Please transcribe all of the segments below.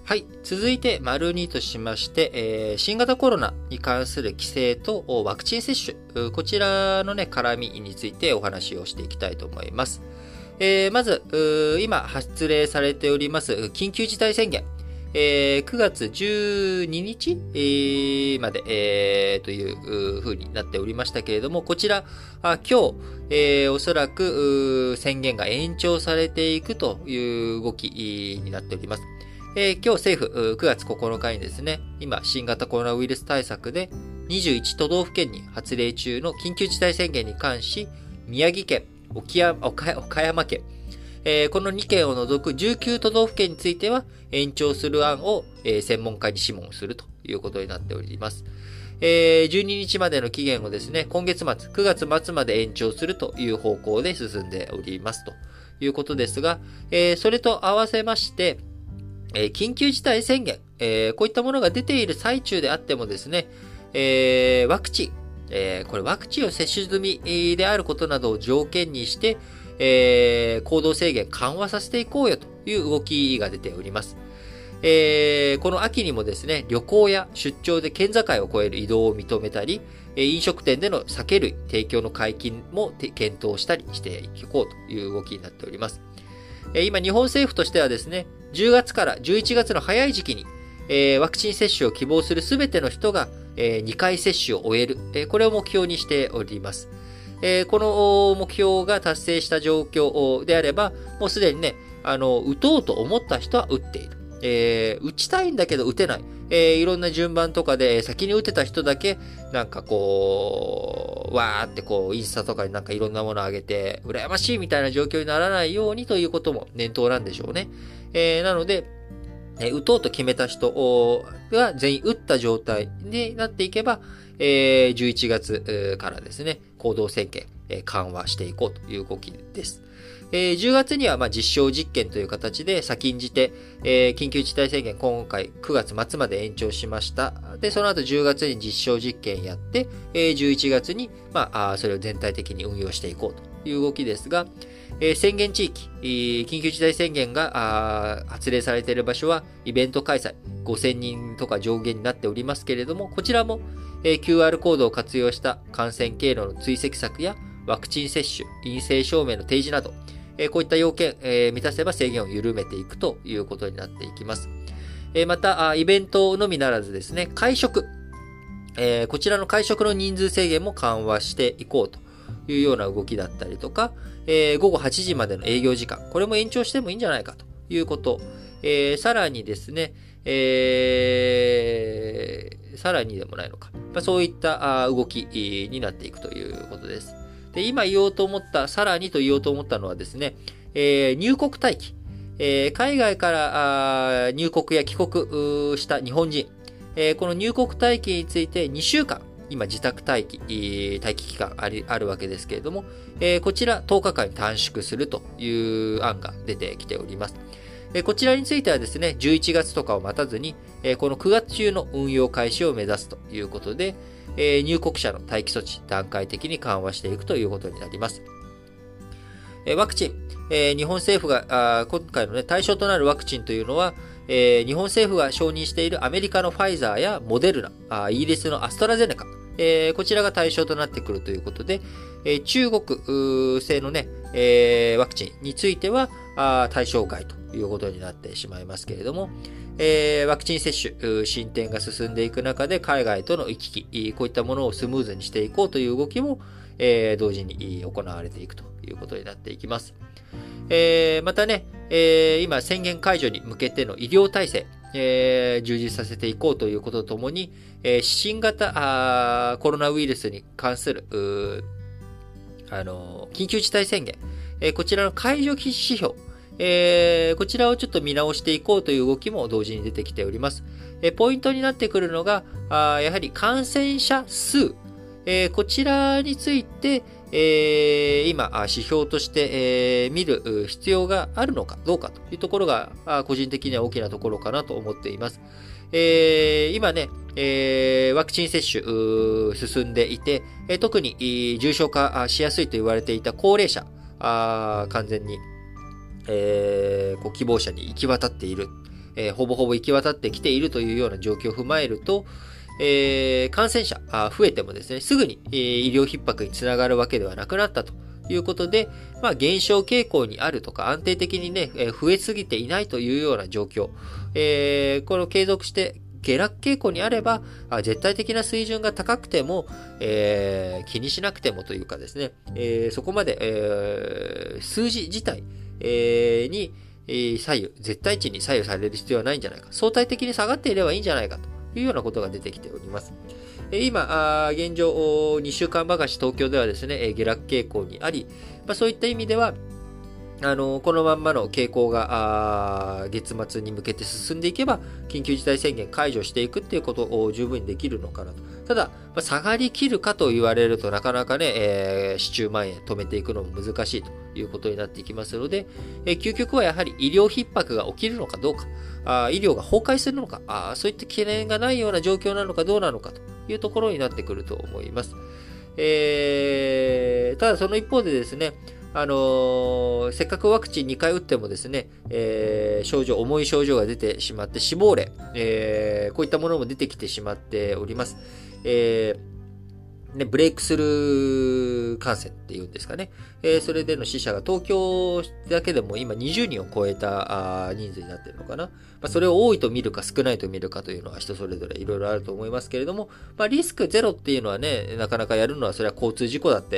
はい。続いて、丸2としまして、新型コロナに関する規制とワクチン接種、こちらのね、絡みについてお話をしていきたいと思います。まず、今発令されております緊急事態宣言。9月12日、まで、という風になっておりましたけれども、こちら、今日、おそらく宣言が延長されていくという動きになっております。今日政府9月9日にですね、今新型コロナウイルス対策で21都道府県に発令中の緊急事態宣言に関し、宮城県、岡山県、この2県を除く19都道府県については延長する案を、専門家に諮問するということになっております。12日までの期限をですね、今月末、9月末まで延長するという方向で進んでおりますということですが、それと合わせまして、緊急事態宣言、こういったものが出ている最中であってもですね、ワクチン、これワクチンを接種済みであることなどを条件にして、行動制限緩和させていこうよという動きが出ております。この秋にもですね、旅行や出張で県境を越える移動を認めたり、飲食店での酒類提供の解禁も検討したりしていこうという動きになっております。今、日本政府としてはですね、10月から11月の早い時期に、ワクチン接種を希望するすべての人が、2回接種を終える、これを目標にしております。この目標が達成した状況であれば、もうすでにね、打とうと思った人は打っている。打ちたいんだけど打てない。いろんな順番とかで先に打てた人だけ、なんかこう、わーってこう、インスタとかになんかいろんなものを上げて、羨ましいみたいな状況にならないようにということも念頭なんでしょうね。なので、打とうと決めた人が全員打った状態になっていけば、11月からですね、行動制限緩和していこうという動きです。10月には実証実験という形で先んじて、緊急事態宣言今回9月末まで延長しました。で、その後10月に実証実験やって、11月に、それを全体的に運用していこうという動きですが、宣言地域、緊急事態宣言が発令されている場所はイベント開催、5000人とか上限になっておりますけれども、こちらも、QR コードを活用した感染経路の追跡策やワクチン接種、陰性証明の提示など、こういった要件、満たせば制限を緩めていくということになっていきます。また、イベントのみならずですね、会食、こちらの会食の人数制限も緩和していこうというような動きだったりとか、午後8時までの営業時間、これも延長してもいいんじゃないかということ。さらにですね、さらにでもないのか。そういった動きになっていくということです。で、今言おうと思った、さらにと言おうと思ったのはですね、入国待機。海外から入国や帰国した日本人。この入国待機について2週間、今自宅待機期間あるわけですけれども、こちら10日間に短縮するという案が出てきております。こちらについてはですね、11月とかを待たずに、この9月中の運用開始を目指すということで、入国者の待機措置、段階的に緩和していくということになります。ワクチン、日本政府が今回の、ね、対象となるワクチンというのは、日本政府が承認しているアメリカのファイザーやモデルナ、イギリスのアストラゼネカ、こちらが対象となってくるということで、中国製のね、ワクチンについては対象外ということになってしまいますけれども、ワクチン接種、進展が進んでいく中で海外との行き来、こういったものをスムーズにしていこうという動きも、同時に行われていくということになっていきます。またね、今宣言解除に向けての医療体制、充実させていこうということとともに、新型コロナウイルスに関する緊急事態宣言、こちらの解除指標、こちらをちょっと見直していこうという動きも同時に出てきております。ポイントになってくるのが、やはり感染者数、こちらについて、今、指標として、見る必要があるのかどうかというところが、個人的には大きなところかなと思っています。今ね、ワクチン接種進んでいて、特に重症化しやすいと言われていた高齢者、完全に、希望者に行き渡っている。 ほぼほぼ行き渡ってきているというような状況を踏まえると、感染者増えてもですね、すぐに、医療逼迫につながるわけではなくなったということで、減少傾向にあるとか、安定的にね、増えすぎていないというような状況、これを継続して下落傾向にあれば、絶対的な水準が高くても、気にしなくてもというかですね、そこまで、数字自体、に、絶対値に左右される必要はないんじゃないか。相対的に下がっていればいいんじゃないかというようなことが出てきております。今、現状、2週間ばかし東京ではですね、下落傾向にあり、そういった意味では、このまんまの傾向が、月末に向けて進んでいけば、緊急事態宣言解除していくっていうことを十分にできるのかなと。ただ、下がりきるかと言われるとなかなかね、市中蔓延止めていくのも難しいということになっていきますので、究極はやはり医療逼迫が起きるのかどうか、医療が崩壊するのか、そういった懸念がないような状況なのかどうなのかというところになってくると思います。ただその一方でですね、せっかくワクチン2回打ってもですね、重い症状が出てしまって死亡例、こういったものも出てきてしまっております。ブレイクスルー感染っていうんですかね。それでの死者が東京だけでも今20人を超えた人数になっているのかな。それを多いと見るか少ないと見るかというのは人それぞれいろいろあると思いますけれども、リスクゼロっていうのはね、なかなかやるのはそれは交通事故だって、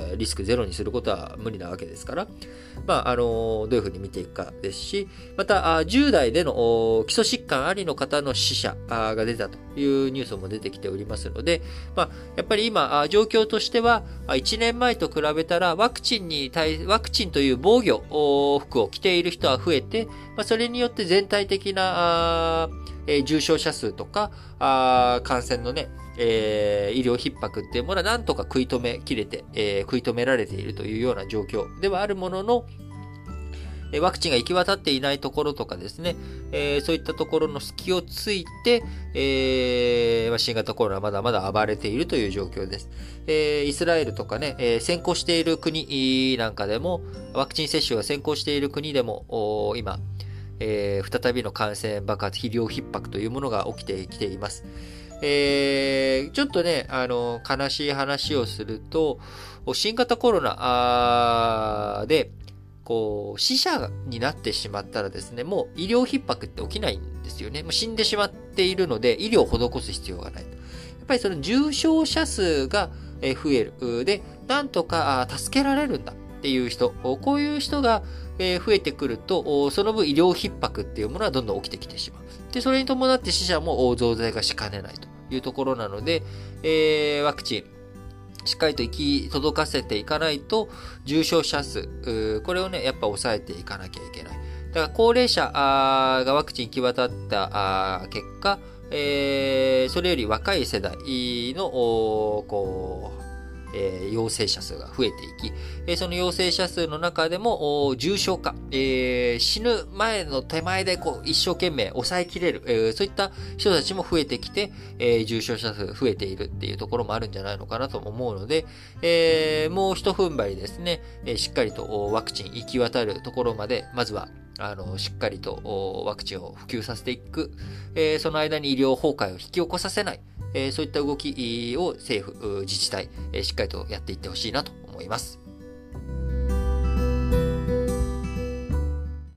リスクゼロにすることは無理なわけですから、どういうふうに見ていくかですし、また10代での基礎疾患ありの方の死者が出たというニュースも出てきておりますので、やっぱり今、状況としては、1年前と比べたらワクチンという防御服を着ている人は増えて、それによって全体的な重症者数とか、感染のね、医療逼迫っていうものはなんとか食い止められているというような状況ではあるものの、ワクチンが行き渡っていないところとかですね、そういったところの隙をついて、新型コロナまだまだ暴れているという状況です。イスラエルとかね、先行している国なんかでも、ワクチン接種が先行している国でも、今、再びの感染爆発、医療逼迫というものが起きてきています。ちょっとね、悲しい話をすると、新型コロナで、死者になってしまったらですね、もう医療逼迫って起きないんですよね。もう死んでしまっているので、医療を施す必要がない。やっぱりその重症者数が増える。で、なんとか助けられるんだっていう人、こういう人が増えてくると、その分医療逼迫っていうものはどんどん起きてきてしまう。で、それに伴って死者も増大がしかねないというところなので、ワクチン、しっかりと行き届かせていかないと、重症者数、これをね、やっぱ抑えていかなきゃいけない。だから高齢者がワクチン行き渡った結果、それより若い世代の、陽性者数が増えていき、その陽性者数の中でも重症化、死ぬ前の手前で一生懸命抑えきれる、そういった人たちも増えてきて、重症者数増えているっていうところもあるんじゃないのかなと思うので、もう一踏ん張りですね、しっかりとワクチン行き渡るところまで、まずはしっかりとワクチンを普及させていく、その間に医療崩壊を引き起こさせない、そういった動きを政府、自治体、しっかりとやっていってほしいなと思います。